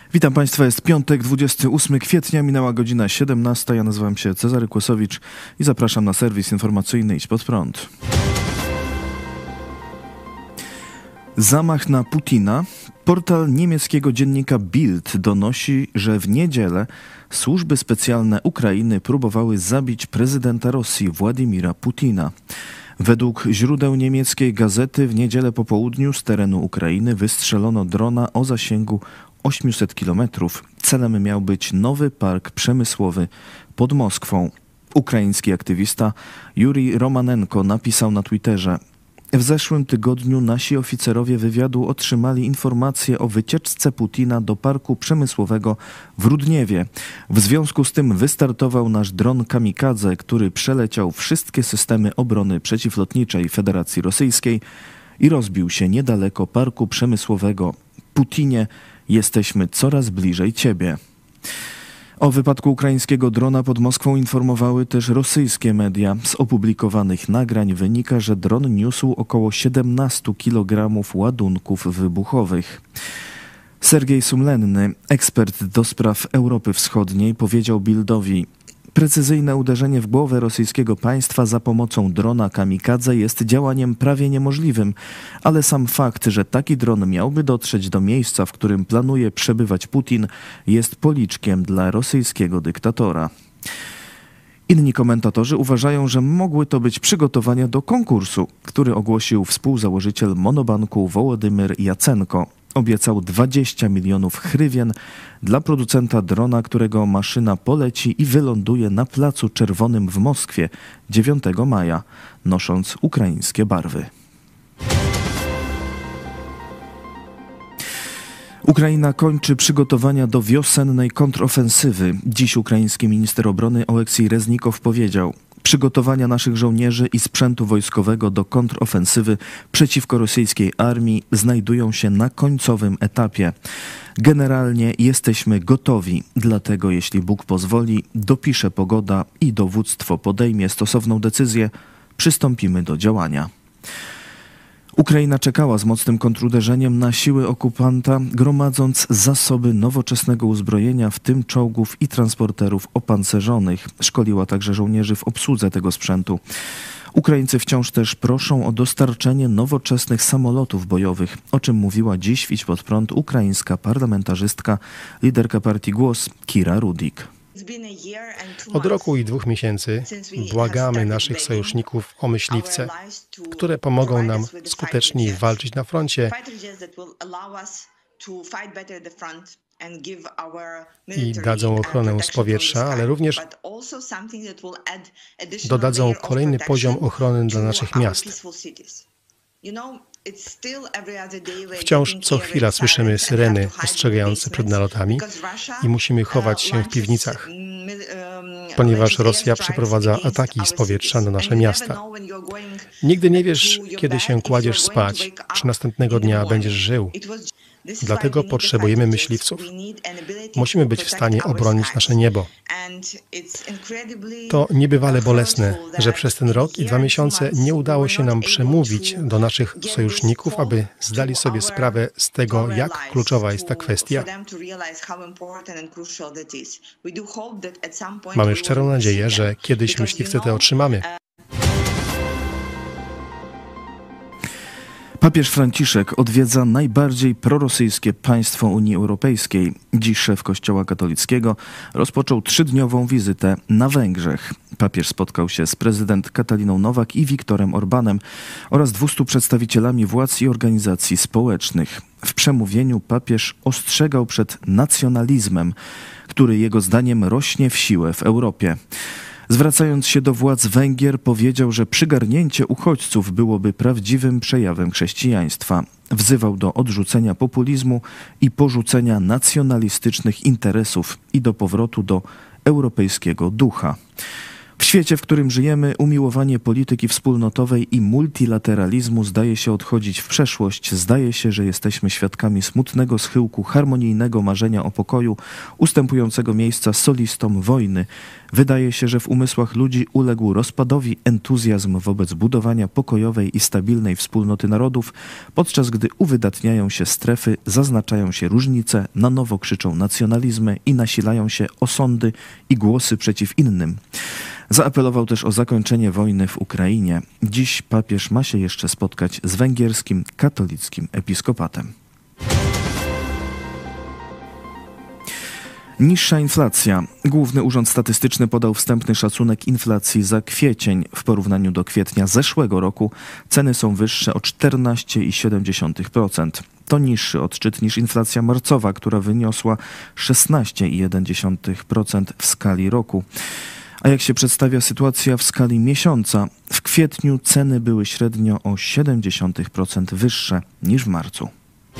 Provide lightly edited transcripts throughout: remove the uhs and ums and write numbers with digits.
Witam Państwa, jest piątek, 28 kwietnia, minęła godzina 17. Ja nazywam się Cezary Kłosowicz i zapraszam na serwis informacyjny Idź Pod Prąd. Zamach na Putina. Portal niemieckiego dziennika Bild donosi, że w niedzielę służby specjalne Ukrainy próbowały zabić prezydenta Rosji Władimira Putina. Według źródeł niemieckiej gazety w niedzielę po południu z terenu Ukrainy wystrzelono drona o zasięgu 800 km. Celem miał być nowy park przemysłowy pod Moskwą. Ukraiński aktywista Jurij Romanenko napisał na Twitterze: w zeszłym tygodniu nasi oficerowie wywiadu otrzymali informację o wycieczce Putina do parku przemysłowego w Rudniewie. W związku z tym wystartował nasz dron kamikadze, który przeleciał wszystkie systemy obrony przeciwlotniczej Federacji Rosyjskiej i rozbił się niedaleko parku przemysłowego. Putinie, jesteśmy coraz bliżej ciebie. O wypadku ukraińskiego drona pod Moskwą informowały też rosyjskie media. Z opublikowanych nagrań wynika, że dron niósł około 17 kg ładunków wybuchowych. Sergiej Sumlenny, ekspert do spraw Europy Wschodniej, powiedział Bildowi: precyzyjne uderzenie w głowę rosyjskiego państwa za pomocą drona kamikadze jest działaniem prawie niemożliwym, ale sam fakt, że taki dron miałby dotrzeć do miejsca, w którym planuje przebywać Putin, jest policzkiem dla rosyjskiego dyktatora. Inni komentatorzy uważają, że mogły to być przygotowania do konkursu, który ogłosił współzałożyciel Monobanku Wołodymyr Jacenko. Obiecał 20 milionów hrywien dla producenta drona, którego maszyna poleci i wyląduje na Placu Czerwonym w Moskwie 9 maja, nosząc ukraińskie barwy. Ukraina kończy przygotowania do wiosennej kontrofensywy. Dziś ukraiński minister obrony Oleksij Reznikow powiedział: przygotowania naszych żołnierzy i sprzętu wojskowego do kontrofensywy przeciwko rosyjskiej armii znajdują się na końcowym etapie. Generalnie jesteśmy gotowi, dlatego jeśli Bóg pozwoli, dopisze pogoda i dowództwo podejmie stosowną decyzję, przystąpimy do działania. Ukraina czekała z mocnym kontruderzeniem na siły okupanta, gromadząc zasoby nowoczesnego uzbrojenia, w tym czołgów i transporterów opancerzonych. Szkoliła także żołnierzy w obsłudze tego sprzętu. Ukraińcy wciąż też proszą o dostarczenie nowoczesnych samolotów bojowych, o czym mówiła dziś w Idź Pod Prąd ukraińska parlamentarzystka, liderka partii Głos Kira Rudik. Od roku i 2 miesięcy błagamy naszych sojuszników o myśliwce, które pomogą nam skuteczniej walczyć na froncie i dadzą ochronę z powietrza, ale również dodadzą kolejny poziom ochrony dla naszych miast. Wciąż co chwila słyszymy syreny ostrzegające przed nalotami i musimy chować się w piwnicach, ponieważ Rosja przeprowadza ataki z powietrza na nasze miasta. Nigdy nie wiesz, kiedy się kładziesz spać, czy następnego dnia będziesz żył. Dlatego potrzebujemy myśliwców. Musimy być w stanie obronić nasze niebo. To niebywale bolesne, że przez ten rok i 2 miesiące nie udało się nam przemówić do naszych sojuszników, aby zdali sobie sprawę z tego, jak kluczowa jest ta kwestia. Mamy szczerą nadzieję, że kiedyś myśliwce te otrzymamy. Papież Franciszek odwiedza najbardziej prorosyjskie państwo Unii Europejskiej. Dziś szef Kościoła katolickiego rozpoczął 3-dniową wizytę na Węgrzech. Papież spotkał się z prezydent Kataliną Nowak i Viktorem Orbanem oraz 200 przedstawicielami władz i organizacji społecznych. W przemówieniu papież ostrzegał przed nacjonalizmem, który jego zdaniem rośnie w siłę w Europie. Zwracając się do władz Węgier, powiedział, że przygarnięcie uchodźców byłoby prawdziwym przejawem chrześcijaństwa. Wzywał do odrzucenia populizmu i porzucenia nacjonalistycznych interesów i do powrotu do europejskiego ducha. W świecie, w którym żyjemy, umiłowanie polityki wspólnotowej i multilateralizmu zdaje się odchodzić w przeszłość. Zdaje się, że jesteśmy świadkami smutnego schyłku harmonijnego marzenia o pokoju, ustępującego miejsca solistom wojny. Wydaje się, że w umysłach ludzi uległ rozpadowi entuzjazm wobec budowania pokojowej i stabilnej wspólnoty narodów, podczas gdy uwydatniają się strefy, zaznaczają się różnice, na nowo krzyczą nacjonalizmy i nasilają się osądy i głosy przeciw innym. Zaapelował też o zakończenie wojny w Ukrainie. Dziś papież ma się jeszcze spotkać z węgierskim katolickim episkopatem. Niższa inflacja. Główny Urząd Statystyczny podał wstępny szacunek inflacji za kwiecień. W porównaniu do kwietnia zeszłego roku ceny są wyższe o 14,7%. To niższy odczyt niż inflacja marcowa, która wyniosła 16,1% w skali roku. A jak się przedstawia sytuacja w skali miesiąca? W kwietniu ceny były średnio o 0,7% wyższe niż w marcu.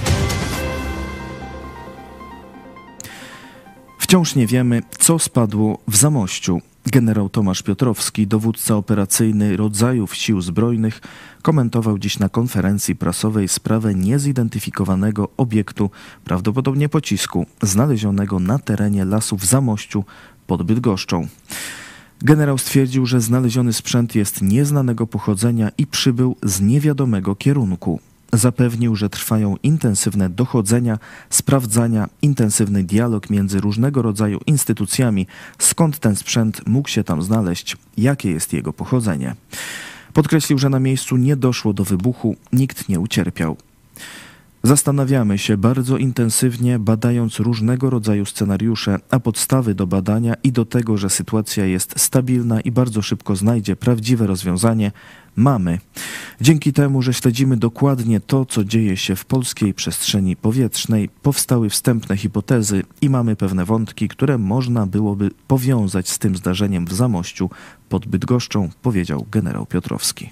Wciąż nie wiemy, co spadło w Zamościu. Generał Tomasz Piotrowski, dowódca operacyjny rodzajów Sił Zbrojnych, komentował dziś na konferencji prasowej sprawę niezidentyfikowanego obiektu, prawdopodobnie pocisku, znalezionego na terenie lasu w Zamościu pod Bydgoszczą. Generał stwierdził, że znaleziony sprzęt jest nieznanego pochodzenia i przybył z niewiadomego kierunku. Zapewnił, że trwają intensywne dochodzenia, sprawdzania, intensywny dialog między różnego rodzaju instytucjami, skąd ten sprzęt mógł się tam znaleźć, jakie jest jego pochodzenie. Podkreślił, że na miejscu nie doszło do wybuchu, nikt nie ucierpiał. Zastanawiamy się bardzo intensywnie, badając różnego rodzaju scenariusze, a podstawy do badania i do tego, że sytuacja jest stabilna i bardzo szybko znajdzie prawdziwe rozwiązanie, mamy. Dzięki temu, że śledzimy dokładnie to, co dzieje się w polskiej przestrzeni powietrznej, powstały wstępne hipotezy i mamy pewne wątki, które można byłoby powiązać z tym zdarzeniem w Zamościu pod Bydgoszczą, powiedział generał Piotrowski.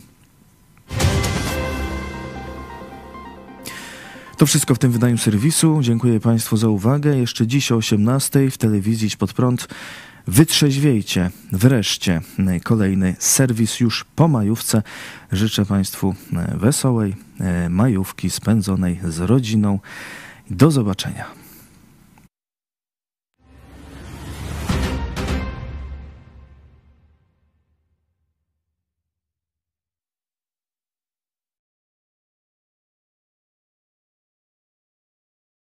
To wszystko w tym wydaniu serwisu. Dziękuję Państwu za uwagę. Jeszcze dziś o 18:00 w telewizji Idź Pod Prąd. Wytrzeźwiejcie. Wreszcie kolejny serwis już po majówce. Życzę Państwu wesołej majówki spędzonej z rodziną. Do zobaczenia.